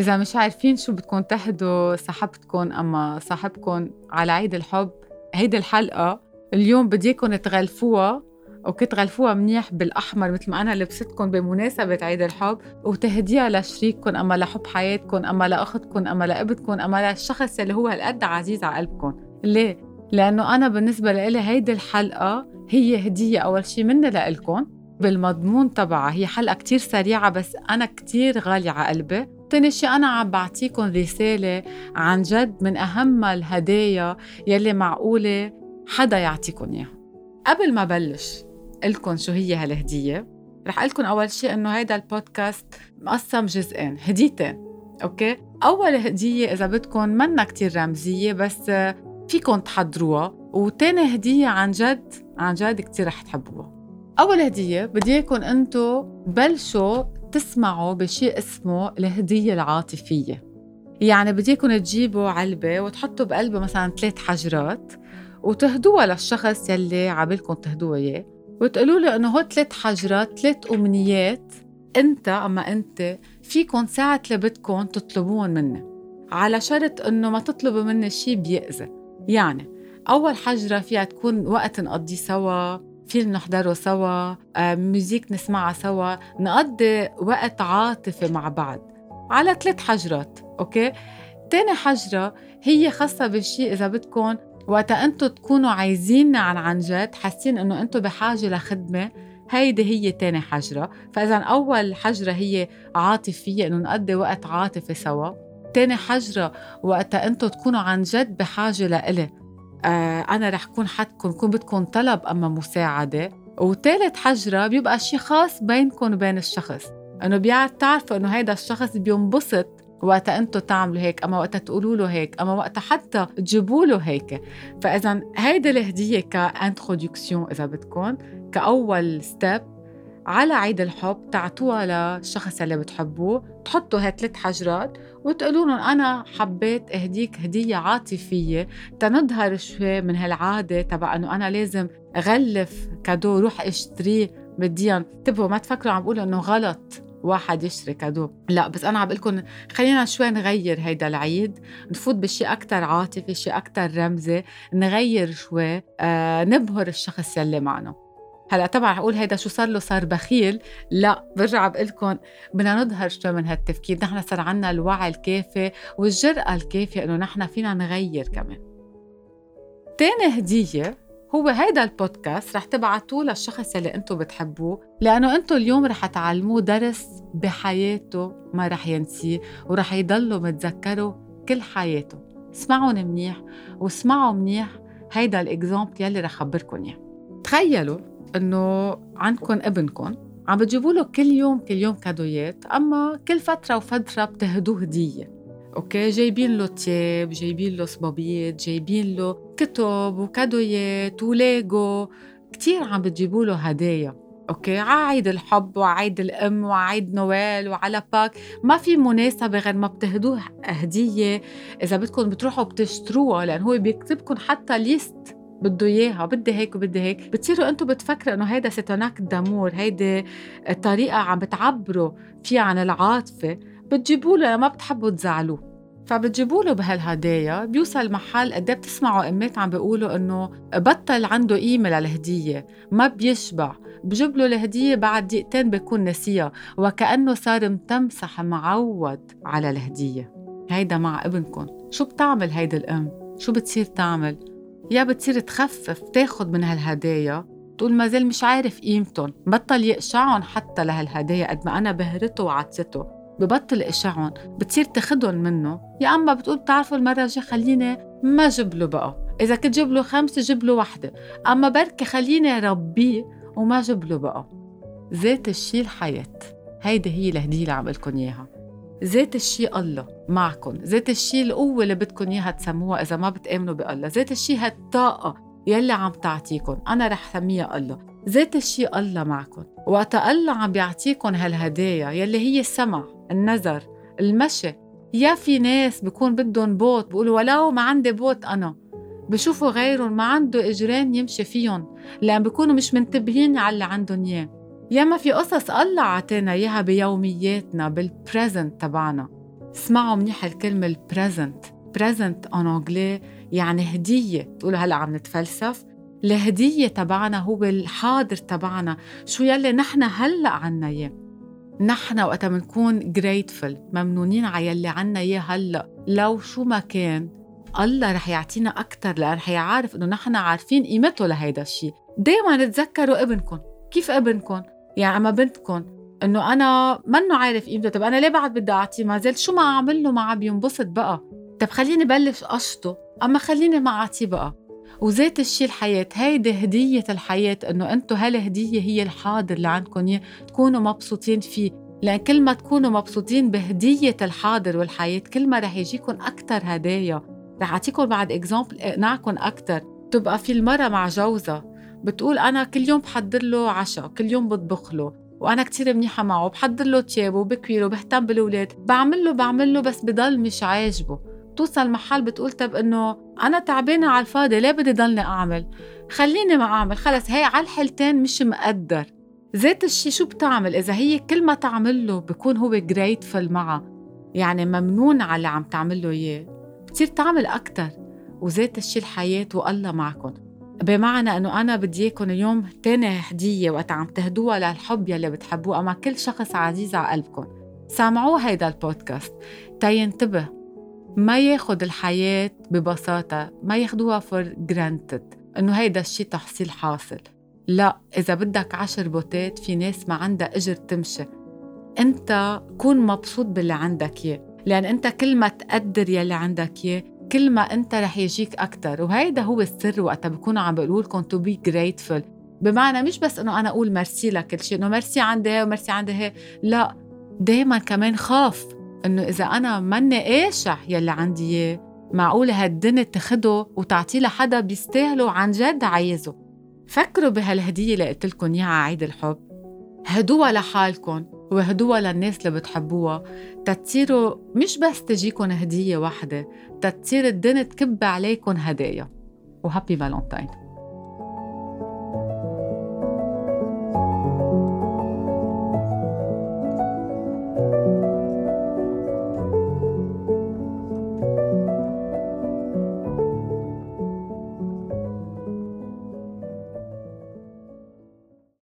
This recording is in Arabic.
إذا مش عارفين شو بدكم تهدوا صاحبتكم أما صاحبكم على عيد الحب، هيدي الحلقة اليوم بديكم تغلفوها تغلفوها منيح بالأحمر مثل ما أنا لبستكم بمناسبة عيد الحب، وتهديها لشريككم أما لحب حياتكم أما لأختكم أما لأبتكم أما للشخص اللي هو هالقد عزيز على قلبكم. ليه؟ لأنه أنا بالنسبة لي هيدي الحلقة هي هدية أول شي مني لإلكم بالمضمون تبعها. هي حلقة كتير سريعة بس أنا كتير غالية على قلبي. تاني شي أنا عم بعطيكم رسالة عن جد من أهم الهدايا يلي معقولة حدا يعطيكم إياها. قبل ما بلش قلكن شو هي هالهدية، رح قلكن أول شي إنه هيدا البودكاست مقسم جزئين، هديتين. أوكي، أول هدية إذا بدكن منا كتير رمزية بس فيكن تحضروها، وتاني هدية عن جد كتير رح تحبوها. أول هدية بدي إياكن أنتو بلشوا تسمعوا بشيء اسمه الهدية العاطفية. يعني بدي إياكن تجيبوا علبة وتحطوا بقلبها مثلا 3 حجرات وتهدوها للشخص يلي عابلكم تهدوها إياه، وتقولوا له إنه هو 3 حجرات 3 أمنيات أنت فيكن ساعة اللي بدكن تطلبون مني، على شرط إنه ما تطلبوا مني شيء بيأذي. يعني أول حجرة فيها تكون وقت نقضي سوا، فيلم نحضره سوا، موزيك نسمعها سوا، نقضي وقت عاطفي مع بعض، على 3 حجرات. أوكي، تاني حجرة هي خاصة بالشيء إذا بدكن وقتا أنتو تكونوا عايزين عن جد حاسين إنه أنتو بحاجة لخدمة، هيدي هي تاني حجرة. فإذا أول حجرة هي عاطفية، إنه نقضي وقت عاطفي سوا. تاني حجرة وقتا أنتو تكونوا عن جد بحاجة لإلي، أنا رح كون حدكم كون بدكم طلب أما مساعدة. وثالث حجرة بيبقى شيء خاص بينكم وبين الشخص، إنه بتعرفوا إنه هيدا الشخص بينبسط وقتا أنتوا تعملوا هيك، أما وقتا تقولوا له هيك، أما وقتا حتى تجيبوا له هيك. فإذا هيدا الهدية كإنترودكسيون إذا بدكم، كأول ستيب على عيد الحب تعطوها للشخص اللي بتحبوه، تحطوا هاي 3 حجرات وتقولوا لهم أنا حبيت أهديك هدية عاطفية تنظهر شوي من هالعادة تبع أنه أنا لازم أغلف كادو روح اشتريه. بديا انتبهوا ما تفكروا عم بقولوا أنه غلط واحد يشتري كادو، لا، بس أنا عم بقولكم خلينا شوي نغير هيدا العيد، نفوت بشي أكتر عاطفي، شي أكتر رمزي، نغير شوي، نبهر الشخص يلي معنا. هلأ طبعا هقول هيدا شو صار بخيل، لا، برجع بقولكم بدنا نظهر شوي من هالتفكير. نحن صار عنا الوعي الكافي والجرأة الكافية إنه نحن فينا نغير كمان. تاني هدية هو هيدا البودكاست رح تبعتوه للشخص اللي انتو بتحبوه، لأنه انتو اليوم رح تعلموه درس بحياته ما رح ينسيه ورح يضلوا متذكره كل حياته. اسمعوا منيح واسمعوا منيح هيدا الإكزامبل يلي رح خبركن اياه. تخيلوا انه عندكن ابنكن عم بتجيبوا له كل يوم كادويات، اما كل فتره وفتره بتهدوه هديه. اوكي، جايبين له تياب، جايبين له صبابيط، جايبين له كتب وكادويات وليجو، كتير عم بتجيبوا له هدايا. اوكي، عيد الحب وعيد الام وعيد نويل وعلى باك، ما في مناسبه غير ما بتهدوه هديه. اذا بدكم بتروحوا بتشتروها، لان هو بيكتبكم حتى ليست بده إياها، بدي هيك وبدي هيك. بتصيروا أنتوا بتفكروا إنه هيدا ستوناك دامور، هيدا الطريقة عم بتعبروا فيها عن العاطفة، بتجيبوا له ما بتحبوا تزعلوه، فبتجيبوا له بهالهدايا. بيوصل محل قد ايه بتسمعوا أمات عم بيقولوا إنه بطل عنده قيمة للهدية، ما بيشبع، بجيب له الهدية بعد دقيقتين بيكون نسيها، وكأنه صار متمسح معود على الهدية. هيدا مع ابنكم شو بتعمل هيدا الأم؟ شو بتصير تعمل؟ يا بتصير تخفف تاخد من هالهدايا، تقول ما زال مش عارف قيمتهم، بطل يقشعهم حتى لهالهدايا قد ما أنا بهرته وعطيته، ببطل إقشعهم، بتصير تاخدهم منه. يا أما بتقول بتعرفوا المرة الجاية خليني ما جيب له بقى، إذا كنت جيب له 5 جيب له 1، أما بركي خليني ربيه وما جيب له بقى. ذات الشي الحياة، هيدي هي الهدية اللي عم قلكن إياها. ذات الشي الله معكم، ذات الشي القوة اللي بدكن إياها تسموها إذا ما بتآمنوا بالله، ذات الشي هالطاقة يلي عم تعطيكم، أنا رح سميها الله. ذات الشي الله معكم، وقت الله عم بيعطيكم هالهدايا يلي هي السمع، النظر، المشي. يا في ناس بيكون بدهم بوت، بيقولوا ولو ما عندي بوت أنا، بشوفوا غيرهم ما عنده إجرين يمشي فيهم، لأن بيكونوا مش منتبهين على اللي عندهم إياه. ياما في قصص الله عطينا إياها بيومياتنا بالبريزنت تبعنا، اسمعوا منيح الكلمة البريزنت. بريزنت en anglais يعني هدية. تقولوا هلأ عم نتفلسف. الهدية تبعنا هو الحاضر تبعنا، شو يلي نحن هلأ عنا إياه. نحن وقت منكون grateful ممنونين على يلي عنا إياه هلأ، لو شو ما كان الله رح يعطينا أكتر، لأن رح يعرف إنه نحن عارفين قيمته لهيدا الشيء. دايما تذكروا ابنكم. كيف ابنكم؟ يعني أما بنتكم إنه أنا منه عارف قيمته، طب أنا ليه بعد بدي أعطيه؟ ما زلت شو ما أعمل له معه بينبسط بقى. طب خليني بلش قشطه، أما خليني ما أعطيه بقى. وذات الشيء الحياة، هيدي هدية الحياة، إنه أنتو هالهدية هي الحاضر اللي عندكم إياه، تكونوا مبسوطين فيه. لأن كل ما تكونوا مبسوطين بهدية الحاضر والحياة، كل ما رح يجيكم أكتر هدايا. رح أعطيكم بعد إكزامبل اقنعكم أكتر. تبقى في المرة مع جوزها بتقول أنا كل يوم بحضر له عشاء، كل يوم بطبخ له، وأنا كتير منيحة معه، بحضر له تيابه وبكويله وبهتم بالولاد، بعمل له بس بضل مش عاجبه. توصل محل بتقول طب إنه أنا تعبانة على الفاضي، ليه بدي ضلني أعمل؟ خليني ما أعمل، خلص هي على الحالتين مش مقدر. ذات الشي شو بتعمل إذا هي كل ما تعمل له بيكون هو grateful معها، يعني ممنون على اللي عم تعمل له إياه، بتصير تعمل أكتر. وذات الشي الحياة والله معكم، بمعنى أنه أنا بدي إياكم اليوم تاني هدية وقت عم تهدوها للحب يلي بتحبوه أما كل شخص عزيز على قلبكم. سامعوه هيدا البودكاست تينتبه، ما ياخد الحياة ببساطة، ما ياخدوها for granted إنه هيدا الشي تحصيل حاصل. لا، إذا بدك 10 بوتات في ناس ما عندها أجر تمشي. أنت كون مبسوط باللي عندك إياه، لأن أنت كل ما تقدر يلي عندك إياه كل ما أنت رح يجيك أكتر. وهيدا هو السر وقت بكون عم بقولكم to be grateful، بمعنى مش بس إنه أنا أقول مرسي لكل شيء، إنه مرسي عندي هي ومرسي عندي هي، لا، دايما كمان خاف إنه إذا أنا مني قاشع يلي عندي إياه، معقولة هالدنيا تاخده وتعطيه لحدا بيستاهله عن جد عايزه. فكروا بهالهدية اللي قلت لكم إياها على عيد الحب، هدوها لحالكم وهدوها للناس اللي بتحبوها، تتصيروا مش بس تجيكم هدية واحدة، تتصير الدنيا تكب عليكم هدايا. وهابي فالنتاين.